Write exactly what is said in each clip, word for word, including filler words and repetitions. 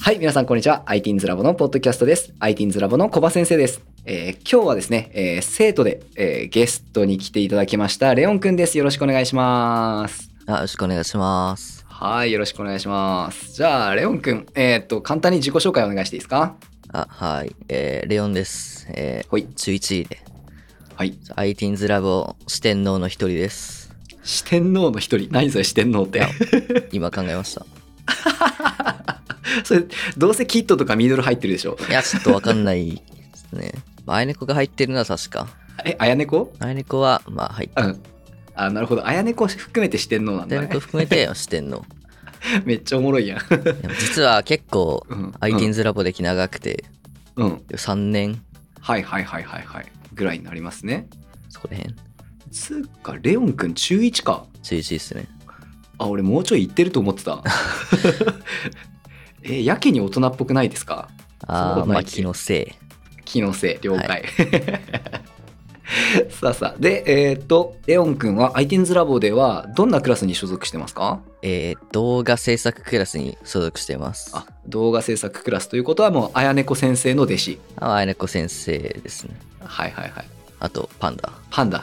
はい、皆さんこんにちは。アイティーンズ ラボのポッドキャストです。アイティーンズ ラボの小葉先生です。えー、今日はですね、えー、生徒で、えー、ゲストに来ていただきましたレオンくんです。よろしくお願いします。 あ、よろしくお願いします。 はい、よろしくお願いします。じゃあレオンくん、えー、っと簡単に自己紹介お願いしていいですか？ あ、はい、えー、レオンです。えー、 ほい。 中いちで、 はい。 アイティーンズ ラボ四天王の一人です。 四天王の一人。何それ四天王って？ 今考えました。 それどうせキットとかミドル入ってるでしょ？ いや、ちょっとわかんないですね。あやねこが入ってるのは確か。 え、あやねこ？ あやねこは、まあ入ってる。 うん。あ、なるほど。あやねこ含めて四天王なんだね。 あやねこ含めて四天王。 めっちゃおもろいやん。 でも実は結構、 うん、 アイティーンズ ラボ歴長くて、 うん。 さんねんはいはいはいはいはい。ぐらいになりますね。 そこら辺。 つうか、レオンくん中いちか。 中いちですね。 あ、俺もうちょい行ってると思ってた。え、やけに大人っぽくないですか？ ああ、まあ気のせい。 気のせい、了解。はい、さあさあ。で、えー、っと、レオンくんは アイティーンズ ラボではどんなクラスに所属してますか？ えー、動画制作クラスに所属しています。 あ、動画制作クラスということはもう、あやねこ先生の弟子。 あ、あやねこ先生ですね。 はいはいはい。 あと、パンダ。 パンダ。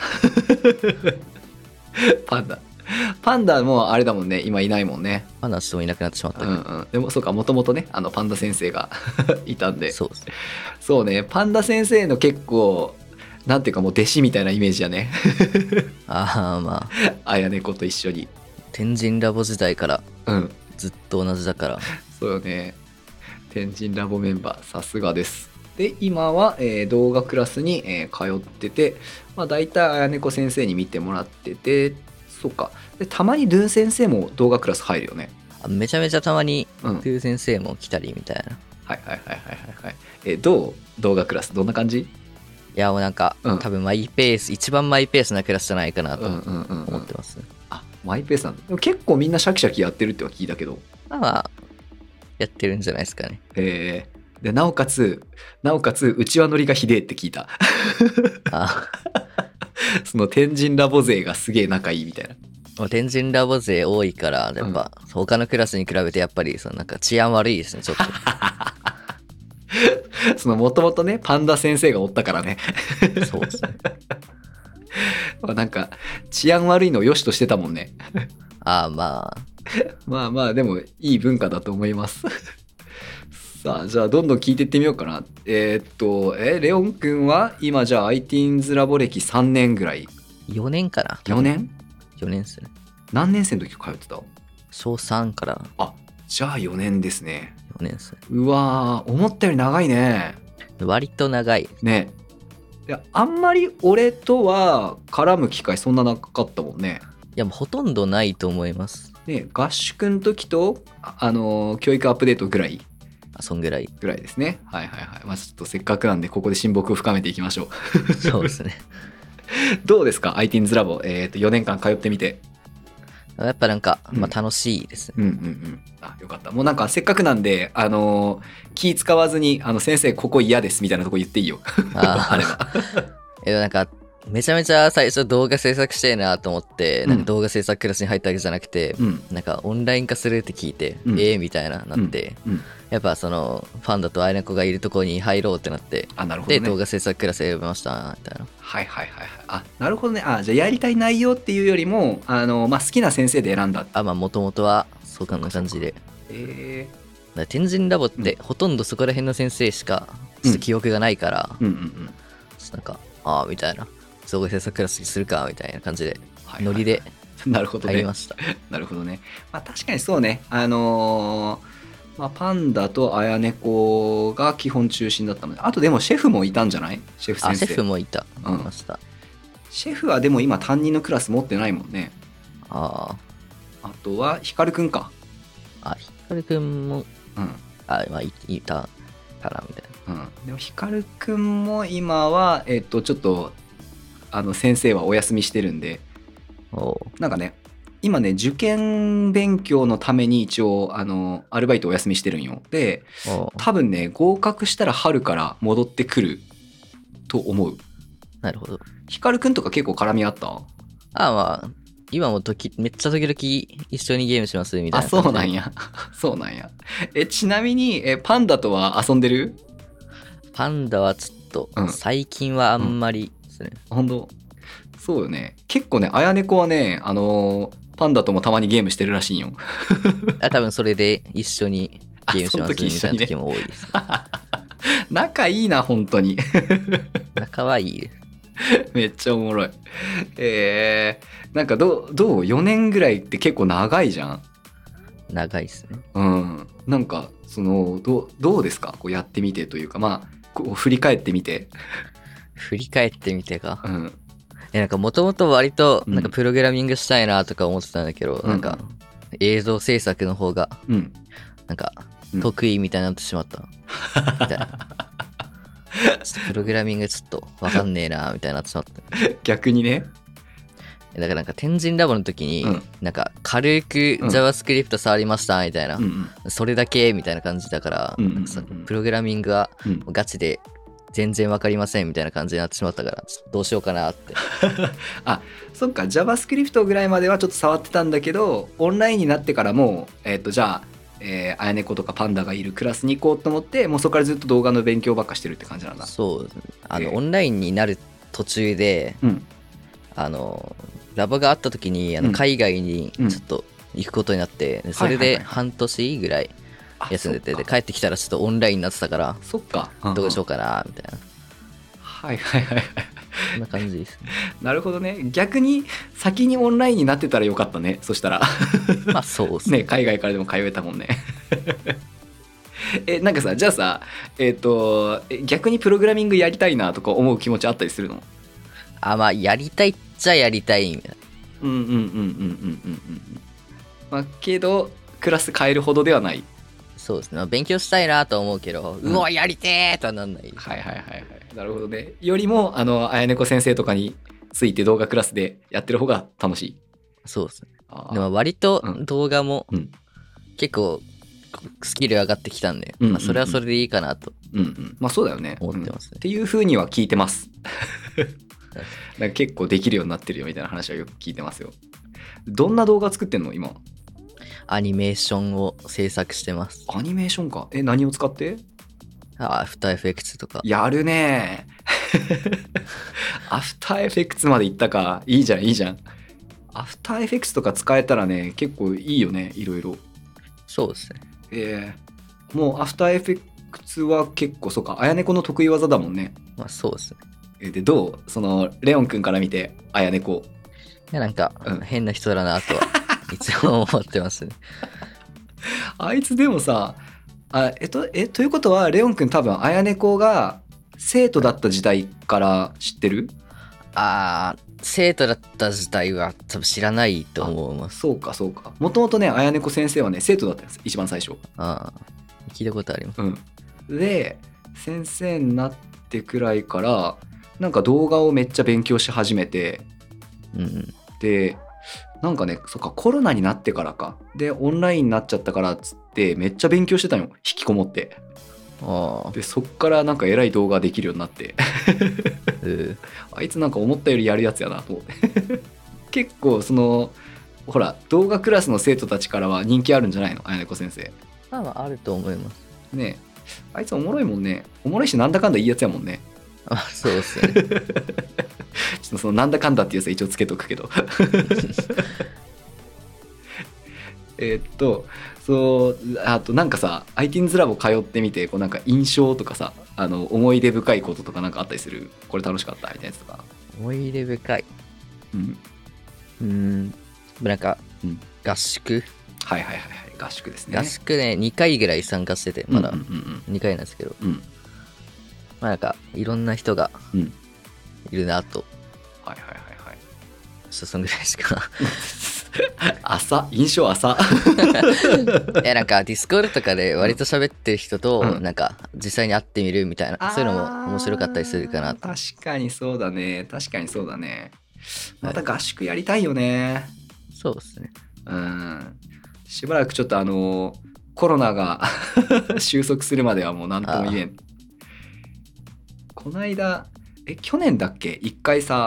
パンダ。パンダもあれだもんね、今いないもんね。 パンダはちょっといなくなってしまったけど。 うんうん、でもそうか、もともとね、あのパンダ先生がいたんで。 そうです。 そうね、パンダ先生の結構、なんていうかもう弟子みたいなイメージやね。 ああ、まあ。 あやねこと一緒に。 天神ラボ時代からうん。 ずっと同じだから。 そうよね。天神ラボメンバー、さすがです。で、今は、えー動画クラスに、えー通ってて、まあ大体あやねこ先生に見てもらってて、そうか。で、たまにドゥン先生も動画クラス入るよね。 あめちゃめちゃたまに、 うん。 トゥー先生も来たりみたいな。いはいはいはいはいはいはい。えーどう動画クラスどんな感じ？ や、もうなんか、 うん多分マイペース、一番マイペースなクラスじゃないかなとうんうんうんうん。 思ってます。 あ、マイペースなんだ。でも結構みんなシャキシャキやってるっては聞いたけど。 まあまあ、やってるんじゃないですかね。 えー、で、なおかつ、なおかつ、うちわ乗りがひでえって聞いた。 あその天神ラボ勢がすげえ仲いいみたいな。 もう天神ラボ勢多いから、やっぱ、他のクラスに比べてやっぱり、そのなんか治安悪いですね、ちょっと。 そのもともとね、パンダ先生がおったからね。 そうですね。 まあなんか、治安悪いのを良しとしてたもんね。 ああ、まあ。 まあまあ、でもいい文化だと思います。さあ、じゃあどんどん聞いていってみようかな。えーっと、え、レオンくんは今じゃあ アイティーンズ ラボ歴さんねんぐらい。 よねんかな。 よねん ?よ 年っすね。 何年生の時通ってた？ 小さんからあ、じゃあよねんですね。 よねんっすね。 うわー、思ったより長いね。 割と長い。 ね。いや、あんまり俺とは絡む機会そんななかったもんね。 いや、もうほとんどないと思います。 ね、合宿の時と、あ、あのー教育アップデートぐらいあ、そんぐらい。 ぐらいですね。はいはいはい。まあちょっとせっかくなんでここで親睦を深めていきましょう。 そうですね。 どうですか アイティーンズ ラボ、えー、とよねんかん通ってみて。 やっぱなんか、 うんまあ楽しいですね。 うんうんうんあよかった。もうなんかせっかくなんで、あのー気使わずにあの先生ここ嫌ですみたいなとこ言っていいよ。 ああれば。 え、なんか、めちゃめちゃ最初動画制作してえなと思って、 うんなんか動画制作クラスに入ったわけじゃなくて、 うんなんかオンライン化するって聞いて、 うんええみたいななって、 うんやっぱその、ファンだとあやねこがいるところに入ろうってなって、 あなるほどで、 ね。 動画制作クラス選びました、みたいな。 はいはいはいはい。あなるほどね。あじゃあやりたい内容っていうよりもあの、まあ、好きな先生で選んだ。 あ、まあもともとは、そうかな感じで。 えだから天神ラボって、ほとんどそこら辺の先生しか、ちょっと記憶がないから、 ー、うんうんうん。 ちょっとなんか、ああ、みたいな。動画制作クラスにするか、みたいな感じで、 はいはいはいノリでなるほどね入りま。した。 なるほどね。まあ確かにそうね。あのーまあ、パンダとあやねこが基本中心だったので、あとでもシェフもいたんじゃない？シェフあ、 先生。 シェフもいた。 うんいました。 シェフはでも今担任のクラス持ってないもんね。 ああとはヒカルくんか。 あ、あ、ヒカルくんも、 うん。 あ、まあ、いいた、たら、みたいうん。でもヒカルくんも今は、えっと、ちょっと、あの、先生はお休みしてるんで、 な。おうなんかね、今ね、受験勉強のために一応、あの、アルバイトお休みしてるんよ。で、 おう多分ね、合格したら春から戻ってくると思う。 なるほど。 ヒカルくんとか結構絡みあった？ あ、まあ、 今も時めっちゃ時々一緒にゲームしますみたいあ、 な感じで。 そうなんや。そうなんや。え、ちなみに、え、パンダとは遊んでる？ パンダはちょっとうん最近はあんまりですね。 ほんとそうよね。結構ね、あやねこはね、あのーパンダともたまにゲームしてるらしいんよ。 あ、多分それで一緒にゲームしますあその時みたいな一緒にね時も多いです。 仲いいな、本当に。 仲はいいです。 めっちゃおもろい。えー、なんかどう、どう ?よ 年ぐらいって結構長いじゃん。 長いですね。 うん。なんか、その、どう、どうですかこうやってみてというか、まあ、こう振り返ってみて。 振り返ってみてか。 うん。 え、なんかもともと割と、 うんなんかプログラミングしたいなとか思ってたんだけど、 うんなんか映像制作の方が、 うん。 なんかうん得意みたいになってしまった。みたいな。ちょっとプログラミングちょっとわかんねえなみたいになってしまった。 逆にね。 えだからなんか天神ラボの時に、 うんなんか軽くうん JavaScript 触りましたみたいな、 うんそれだけみたいな感じだから、 うんうんうんなんかさプログラミングはうん。うん。 ガチで全然わかりませんみたいな感じになってしまったから、ちょっとどうしようかなって。 あ、そっか、JavaScript ぐらいまではちょっと触ってたんだけど、オンラインになってからもう、えっ、と、じゃあ、えー、あやねことかパンダがいるクラスに行こうと思って、もうそこからずっと動画の勉強ばっかしてるって感じなんだ。 そう、あの、 ええオンラインになる途中で、 うん。 あの、ラボがあった時に、あうんの海外にうんちょっと行くことになって、でそれではいはいはいはい半年ぐらいあ休んでて、で、 そっか帰ってきたらちょっとオンラインになってたから、 そっか。 どうしよううかな、みたいな。 ん。はいはいはいはい。 そんな感じですね。 なるほどね。逆に先にオンラインになってたらよかったね。そしたら。 まあそうですね。 ね、海外からでも通えたもんね。え、なんかさ、じゃあさ、えっ、と、え逆にプログラミングやりたいなとか思う気持ちあったりするの？ あ、まあやりたいっちゃやりたいみたいな。 うんうんうんうんうんうんうん。まあけどクラス変えるほどではない。 そうですね。まあ勉強したいなとは思うけど、うわ、やりてーとはなんない。 はいはいはいはい。なるほどね。よりもあのあやねこ先生とかについて動画クラスでやってる方が楽しい。 そうですね。 あーでも割とうん動画もうん結構スキル上がってきたんで、 うんうんうんまあそれはそれでいいかなとうんうん。まあそうだよね。 思ってますねうんっていう風には聞いてます。なんか結構できるようになってるよみたいな話はよく聞いてますよ。どんな動画作ってんの今？ アニメーションを制作してます。 アニメーションか。え、何を使って？ アフターエフェクツとか。 やるねアフターエフェクツまでいったか。いいじゃんいいじゃん。アフターエフェクツとか使えたらね結構いいよね、いろいろ。 そうですね。 えー、もうアフターエフェクツは結構そうか、あやねこの得意技だもんね。 まあそうですね。 えでどうそのレオンくんから見てあやねこ。 いやなんかうん変な人だなとはいつも思ってますね。 あいつでもさ、あえっとえということはレオンくん多分あやねこが生徒だった時代から知ってる？ あー、生徒だった時代は多分知らないと思います。 そうかそうか。もともとねあやねこ先生はね生徒だったんです、一番最初。 あー、聞いたことあります。 うん。で先生になってくらいからなんか動画をめっちゃ勉強し始めて、 うんうん。 でなんかねそっかコロナになってからかでオンラインになっちゃったからっつってめっちゃ勉強してたよ、引きこもって。 ああ、 でそっからなんかえらい動画できるようになってうーあいつなんか思ったよりやるやつやなと思って結構そのほら動画クラスの生徒たちからは人気あるんじゃないの、あやねこ先生まあまああると思います。 ね。えあいつおもろいもんね。おもろいしなんだかんだいいやつやもんね。 あ、そうですね。 ちょっとそのなんだかんだっていうやつは一応つけとくけどえーっとそうあとなんかさ アイティーンズ ラボ通ってみてこうなんか印象とかさ、あの思い出深いこととかなんかあったりする？これ楽しかったみたいなやつとか。 思い入れ深い。 うんうーん。なんか、 うん合宿はいはいはいはい、合宿ですね。 合宿ね、にかいぐらい参加してて、まだうんうんにかいなんですけど、 うんうんまあなんか、いろんな人がうんいるなと、 はいはいはいはいちょっとそんぐらいしか。 朝印象朝いやなんか、ディスコードとかで割と喋ってる人と、 うんなんか、実際に会ってみるみたいな、そういうのも面白かったりするかなと。 あー確かにそうだね確かにそうだね。また合宿やりたいよね。 そうですね。 うんしばらくちょっとあのコロナが収束するまではもう何とも言えん。こないだえ去年だっけ一回さ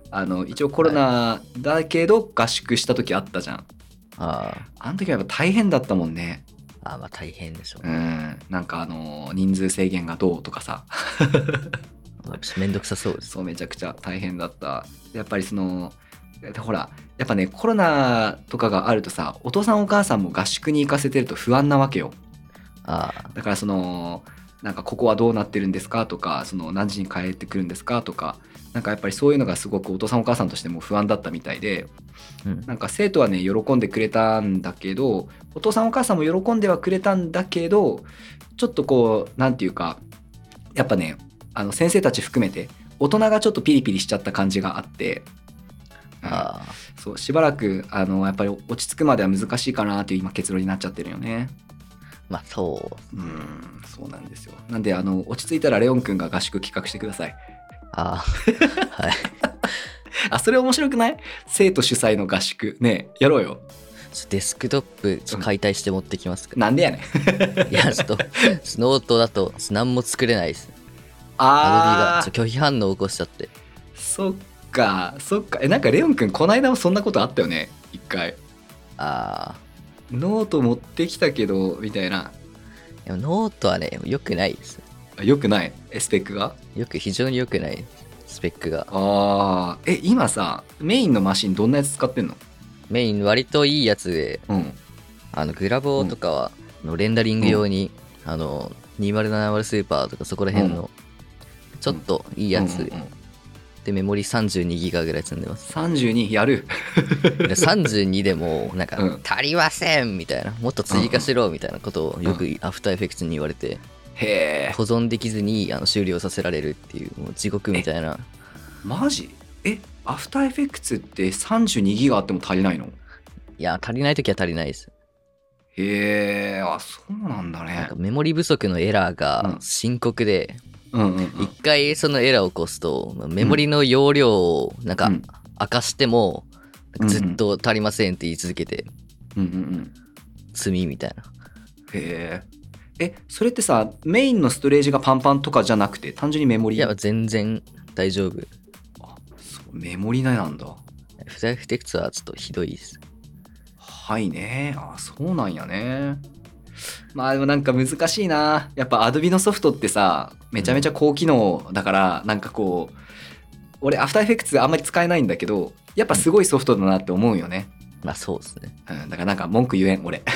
あの一応コロナだけど合宿した時あったじゃん。 ああの時はやっぱ大変だったもんね。 あ。ああ、まあ大変でしょうう。ん、なんかあの人数制限がどうとかさめんどくさそうです。 そうめちゃくちゃ大変だった。やっぱりそのでほらやっぱねコロナとかがあるとさ、お父さんお母さんも合宿に行かせてると不安なわけよ。 ああ。 だからそのなんかここはどうなってるんですかとか、その何時に帰ってくるんですかとか、なんかやっぱりそういうのがすごくお父さんお母さんとしても不安だったみたいで、 うん。 なんか生徒はね喜んでくれたんだけど、お父さんお母さんも喜んではくれたんだけど、ちょっとこうなんていうか、やっぱねあの先生たち含めて大人がちょっとピリピリしちゃった感じがあって、うん、 ああ。 そうしばらくあのやっぱり落ち着くまでは難しいかなっていう今結論になっちゃってるよね。 まあそうう。 ん、そうなんですよ。なんであの落ち着いたらレオンくんが合宿企画してください。 ああ。はい。 あ、それ面白くない？生徒主催の合宿ねえやろうよ。 ちょっとデスクトップちょっと解体して持ってきますか。 なんでやねん。 いや、ちょっと、ノートだと何も作れないです。アあドビがちょ拒否反応を起こしちゃって。 ーそっかそっか。えなんかレオンくんこの間もそんなことあったよね一回。 ああ。 ノート持ってきたけどみたいな。 でもノートはね、良くないです。 あよくないえスペックが。 よく、非常に良くない。スペックが。 あーえ今さメインのマシンどんなやつ使ってんの？ メイン割といいやつで、 うんあの、グラボーとかは、あのレンダリング用に、あの、にせんななじゅうスーパーとかそこら辺の、ちょっといいやつで、 うんうんうんで、メモリさんじゅうにギガぐらい積んでます。 さんじゅうにやる。 でさんじゅうにでも、なんか、 うん足りませんみたいな、もっと追加しろみたいなことをよくアフターエフェクツに言われて、 へえ保存できずにあの終了させられるっていう、もう地獄みたいな。 マジえアフターエフェクツってさんじゅうにギガあっても足りないの？ いや、足りないときは足りないです。 へえあそうなんだねなんか。メモリ不足のエラーが深刻で、 うんうんうん一回そのエラーを起こすと、メモリの容量をなんかうん明かしても、なんかずっと足りませんって言い続けて、 うんうんうん積みみたいな。 へええそれってさメインのストレージがパンパンとかじゃなくて単純にメモリいや、全然大丈夫。 あそうメモリなんだ。 アフターエフェクツはちょっとひどいです。 はいねあそうなんやね。まあでもなんか難しいな。やっぱ Adobe のソフトってさめちゃめちゃ高機能だから、なんかこう俺アフターエフェクツあんまり使えないんだけど、やっぱすごいソフトだなって思うよね。 まあそうですね。 うん、だからなんか文句言えん俺。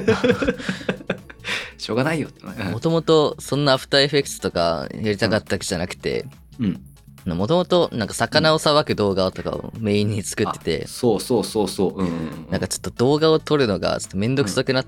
しょうがないよって。 もともとそんなアフターエフェクツとかやりたかったわけじゃなくて、 うん。 もともとなんか魚をさばく動画とかをメインに作ってて、 あそうそうそうそう。うんうんうん、 なんかちょっと動画を撮るのがちょっとめんどくさくなって、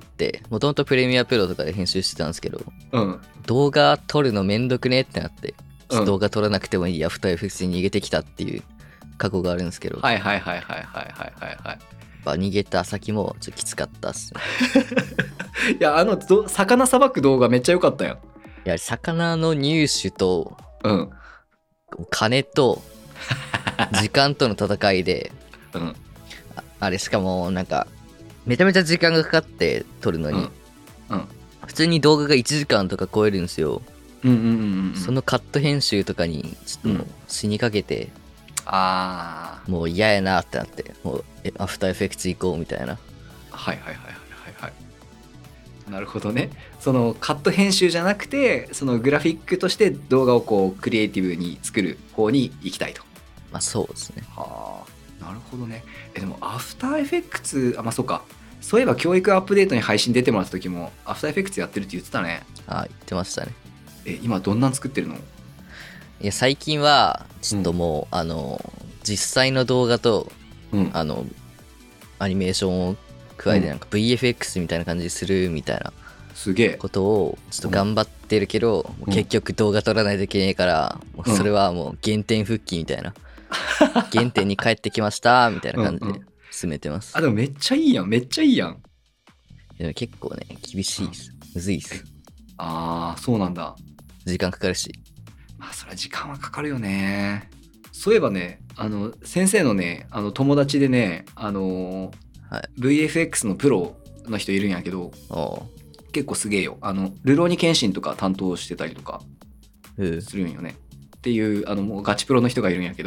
もともとプレミアプロとかで編集してたんですけど、 うん動画撮るのめんどくねってなって、ちょっうんと動画撮らなくてもいいアフターエフェクツに逃げてきたっていう過去があるんですけど、 はいはいはいはいはいはいはいはい。 やっぱ逃げた先もちょっときつかったっすね。 いやあのど魚さばく動画めっちゃ良かったよ。 いや、魚の入手と、 うん金と、時間との戦いで、 うんああれしかもなんか、めちゃめちゃ時間がかかって撮るのに、 うん普通に動画がいちじかんとか超えるんですよ。 うんうんうんうん。 そのカット編集とかにちょっともう死にかけて、 ああもう嫌やなってなって、もうえアフターエフェクツ行こうみたいな。 はいはいはいはいはいはい。なるほどね。そのカット編集じゃなくてそのグラフィックとして動画をこうクリエイティブに作る方に行きたいと。 まあそうですね。 はあなるほどね。えでもアフターエフェクツあまあそうか。そういえば教育アップデートに配信出てもらった時もアフターエフェクツやってるって言ってたね。 あ言ってましたね。 え今どんなん作ってるの？ いや、最近は、ちょっともう、あの、実際の動画と、 うんあの、アニメーションを加えて、なんか ブイエフエックス みたいな感じでするみたいなすげえ。 ことを、ちょっと頑張ってるけど、 うん結局動画撮らないといけないから、もうそれはもう原点復帰みたいな。原点に帰ってきました、みたいな感じでうんうん進めてます。 あでもめっちゃいいやんめっちゃいいやん。 でも結構ね、厳しいです。むずいっす。 ああそうなんだ。 時間かかるし。 まあそれは時間はかかるよね。そういえばねあの先生のねあの友達でねあの、 はい、 ブイエフエックス のプロの人いるんやけどお結構すげえよ。あのルローニケンシンとか担当してたりとかう。うん。 するんよねっていうあのもうガチプロの人がいるんやけど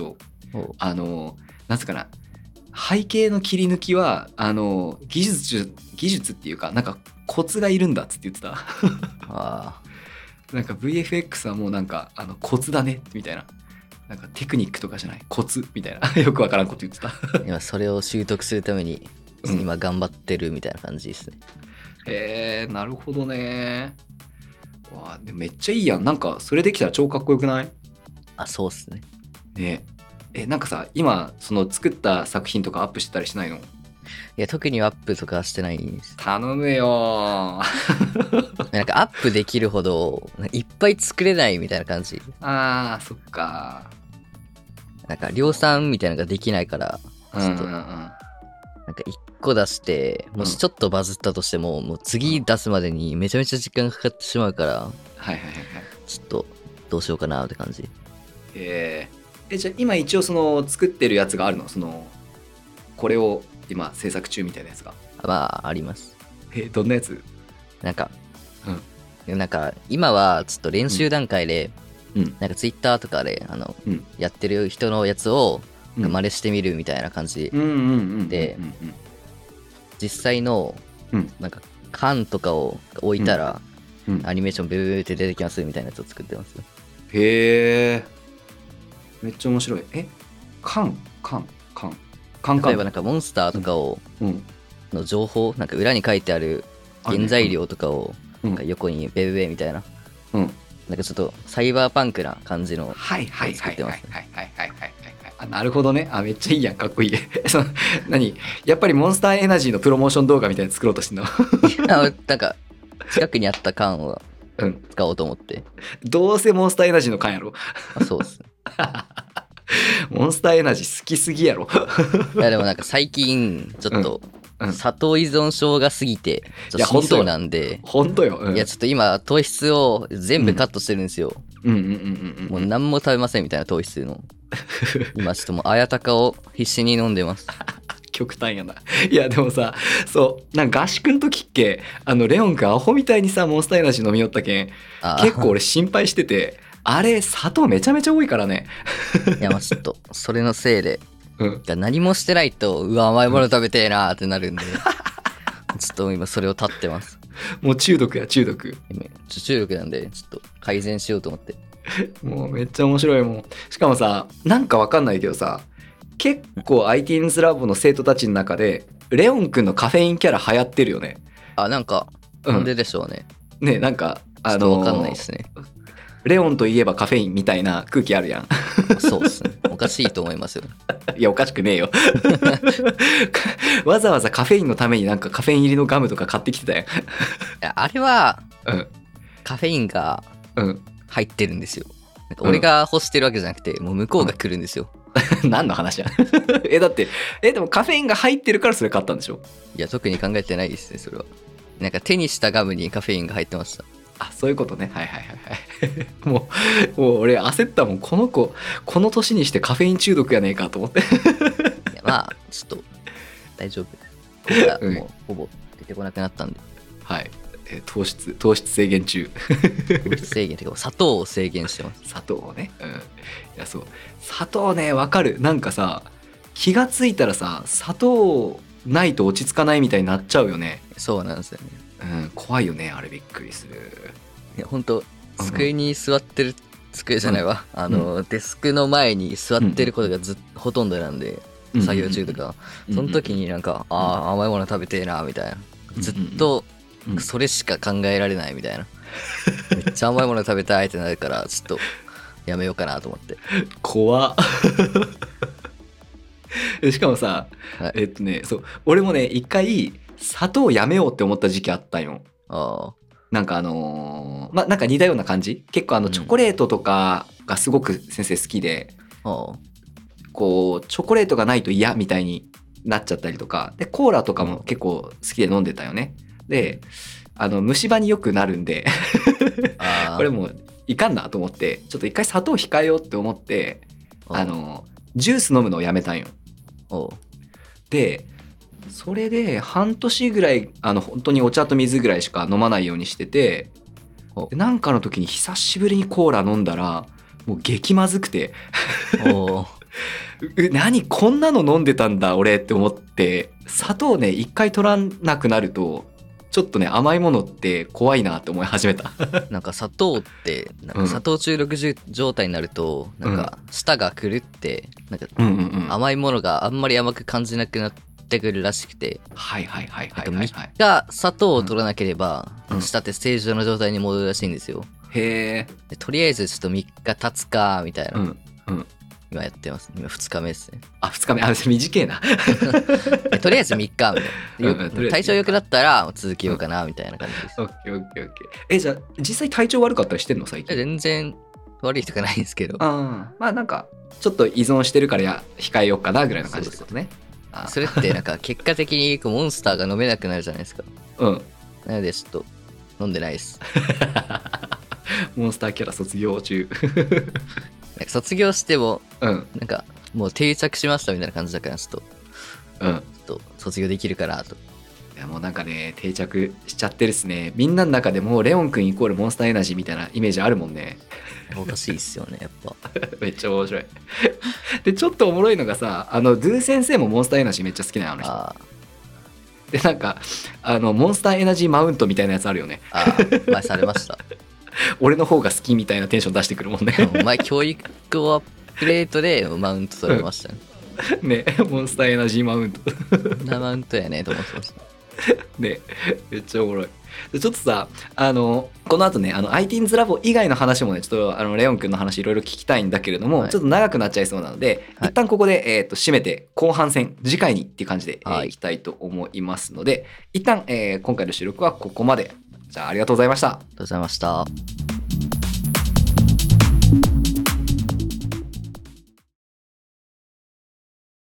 おあのなんつうかな、背景の切り抜きはあの技術技術っていうかなんかコツがいるんだっつって言ってた。 あなんか ブイエフエックス はもうなんかあのコツだねみたいな、なんかテクニックとかじゃないコツみたいなよくわからんこと言ってた。 あ、今それを習得するためにうん今頑張ってるみたいな感じですね。 へえ、なるほどね。わあ、でもめっちゃいいやん。なんかそれできたら超かっこよくない？ あ、そうっすね。 ねえ。え、なんかさ、今その作った作品とかアップしてたりしないの？ いや、特にアップとかしてないんです。 頼むよー。 なんかアップできるほどいっぱい作れないみたいな感じ。 あー、そっか。 なんか量産みたいなのができないから、 うんうんうん。 なんかいっこ出して、もしちょっとバズったとしても、もう次出すまでにめちゃめちゃ時間がかかってしまうから、 はいはいはいはい。 ちょっとどうしようかなって感じ。 えー、え、じゃあ今一応その作ってるやつがあるの？その、これを今制作中みたいなやつが。 まあ、あります。 え、どんなやつ？ なんか、 うん。 なんか今はちょっと練習段階で、 うん。 なんかツイッターとかであのうん。 やってる人のやつをうん真似してみるみたいな感じ。 うんうんうんうん。 でうん実際のうんなんか缶とかを置いたら、 うんうん。 アニメーションブーって出てきますみたいなやつを作ってますよ。 へえ。めっちゃ面白い。え、カンカンカンカンカン。 例えばなんかモンスターとかを、 うん。 の情報、なんか裏に書いてある原材料とかをうんなんか横にベベベみたいな、 うん。 なんかちょっとサイバーパンクな感じのはいはいはいはいはい作ってますね。 はいはいはいはい。あ、なるほどね。あ、めっちゃいいやん。かっこいい。その何やっぱりモンスターエナジーのプロモーション動画みたいに作ろうとしてんの？ あなんか近くにあった缶をうん。 使おうと思って。 どうせモンスターエナジーの缶やろ。 あそうっすね。 モンスターエナジー好きすぎやろ。 いやでもなんか最近ちょっとうんうん砂糖依存症が過ぎてちょっと死にそうなんで、 ほんとよ。うん、 いやちょっと今糖質を全部カットしてるんですよ。 うんうんうんうんうん。 もう何も食べませんみたいな糖質の。今ちょっともう綾鷹を必死に飲んでます。 極端やな。いやでもさ、そうなんか合宿の時っけ、あのレオン君アホみたいにさモンスターエナジー飲みよったけん、 あー結構俺心配してて、あれ砂糖めちゃめちゃ多いからね。 いやまあちょっとそれのせいでうん。 何もしてないとうわ甘いもの食べてえなーってなるんで、ちょっと今それを立ってます。 もう中毒や中毒。 今中毒なんでちょっと改善しようと思って。 もうめっちゃ面白いもん。しかもさ、なんかわかんないけどさ、結構 アイティーンズ ラボの生徒たちの中でレオン君のカフェインキャラ流行ってるよね。 あなんかうんなんででしょうね。 ね、なんかあちょっとのわかんないですね。 レオンといえばカフェインみたいな空気あるやん。 そうっすね。おかしいと思いますよ。 いやおかしくねえよ。わざわざカフェインのためになんかカフェイン入りのガムとか買ってきてたやん。 いやあれはうんカフェインがうん。 入ってるんですよ。なんか俺が欲してるわけじゃなくて、もう向こうが来るんですよ。 何の話や。えだってえでもカフェインが入ってるからそれ買ったんでしょ？ いや特に考えてないですねそれは。なんか手にしたガムにカフェインが入ってました。 あ、そういうことね。はいはいはいはい。もう、もう俺焦ったもん。この子、この年にしてカフェイン中毒やねえかと思って。 いやまあちょっと大丈夫。これがうんもうほぼ出てこなくなったんで。 はい。えー糖質、糖質制限中。 糖質制限っていうか砂糖を制限してます。 砂糖をね。うん。いや、そう。砂糖ね、わかる。なんかさ、気がついたらさ、砂糖ないと落ち着かないみたいになっちゃうよね。 そうなんですよね。 うん、怖いよね。あれびっくりする。 いや本当机に座ってる、机じゃないわ、あの、デスクの前に座ってることがずっほとんどなんで、 うん作業中とか、 うんその時になんか、ああ甘いもの食べてえなみたいな、ずっとうんそれしか考えられないみたいな、めっちゃ甘いもの食べたいってなるからちょっとやめようかなと思って。 怖っ。しかもさ、 はい、 えっとね、そう俺もね一回砂糖やめようって思った時期あったんよ。 あなんかあのーまあなんか似たような感じ。結構あのうんチョコレートとかがすごく先生好きで、 ああこうチョコレートがないと嫌みたいになっちゃったりとかで、コーラとかも結構好きで飲んでたよね。であの虫歯によくなるんでああこれもういかんなと思ってちょっと一回砂糖控えようって思ってあのジュース飲むのをやめたんよ。 おうでそれで半年ぐらいあの本当にお茶と水ぐらいしか飲まないようにしてて、 おでなんかの時に久しぶりにコーラ飲んだらもう激まずくておうう何こんなの飲んでたんだ俺って思って、砂糖ね一回取らなくなるとちょっとね甘いものって怖いなって思い始めたなんか砂糖ってなんか砂糖中毒じゅ状態になるとなんか舌が狂ってなんかうんうんうん甘いものがあんまり甘く感じなくなってくるらしくて、 はいはいはいはいなんかはい、 3 はい、 日砂糖を取らなければうん舌って正常な状態に戻るらしいんですよ。 へえ。 でとりあえずちょっとみっか経つかみたいな、 うんうん今やってます。今ふつかめですね。 あ、ふつかめ、あ、短いな。 でとりあえずみっかみたいな。 うんうんとりあえず体調良くなったら続けようかなみたいな感じです。 オッケーオッケーオッケー。え、じゃあ、実際体調悪かったりしてんの最近？ 全然悪いとかないんですけど。 ああ、まあなんか、ちょっと依存してるからや控えようかなぐらいの感じってことね。あそれってなんか結果的にモンスターが飲めなくなるじゃないですか。 うん。 なのでちょっと飲んでないです。 モンスターキャラ卒業中。 なんか卒業しても、 うん。 なんかもう定着しましたみたいな感じだからちょっと、 うん。 ちょっと卒業できるかなと。 いやもうなんかね、定着しちゃってるっすね。みんなの中でもうレオンくんイコールモンスターエナジーみたいなイメージあるもんね。 おかしいっすよね、やっぱ。 めっちゃ面白い。で、ちょっとおもろいのがさ、あの、ドゥ先生もモンスターエナジーめっちゃ好きなの、あの人。 あで、なんか、あの、モンスターエナジーマウントみたいなやつあるよね。 あ、ああ、前されました。 俺の方が好きみたいなテンション出してくるもんね。 前教育アップデートでマウント取られましたね。 ね、モンスターエナジーマウント。 こんなマウントやねと思ってました。 ね、めっちゃおもろい。でちょっとさ、あの、この後ね、あの、アイティーンズ ラボ以外の話もね、ちょっと、あの、レオンくんの話いろいろ聞きたいんだけれども、 はいちょっと長くなっちゃいそうなので、 はい一旦ここで、えっ、と、締めて、後半戦、次回にっていう感じで、えーはいいきたいと思いますので、一旦、えー今回の収録はここまで。じゃあ、ありがとうございました。 ありがとうございました。